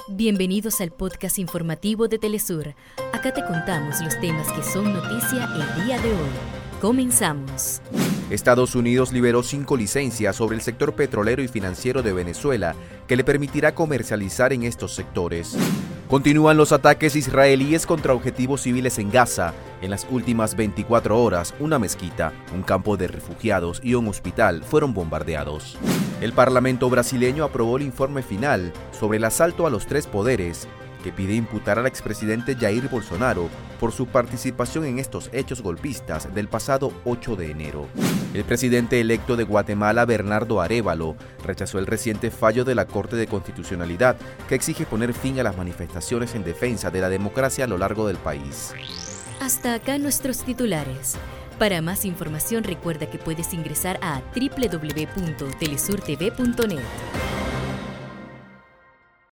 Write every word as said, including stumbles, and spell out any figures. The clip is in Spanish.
Bienvenidos al podcast informativo de Telesur. Acá te contamos los temas que son noticia el día de hoy. Comenzamos. Estados Unidos liberó cinco licencias sobre el sector petrolero y financiero de Venezuela que le permitirá comercializar en estos sectores. Continúan los ataques israelíes contra objetivos civiles en Gaza. En las últimas veinticuatro horas, una mezquita, un campo de refugiados y un hospital fueron bombardeados. El Parlamento brasileño aprobó el informe final sobre el asalto a los tres poderes, que pide imputar al expresidente Jair Bolsonaro por su participación en estos hechos golpistas del pasado ocho de enero. El presidente electo de Guatemala, Bernardo Arévalo, rechazó el reciente fallo de la Corte de Constitucionalidad que exige poner fin a las manifestaciones en defensa de la democracia a lo largo del país. Hasta acá nuestros titulares. Para más información recuerda que puedes ingresar a doble u doble u doble u punto telesur t v punto net.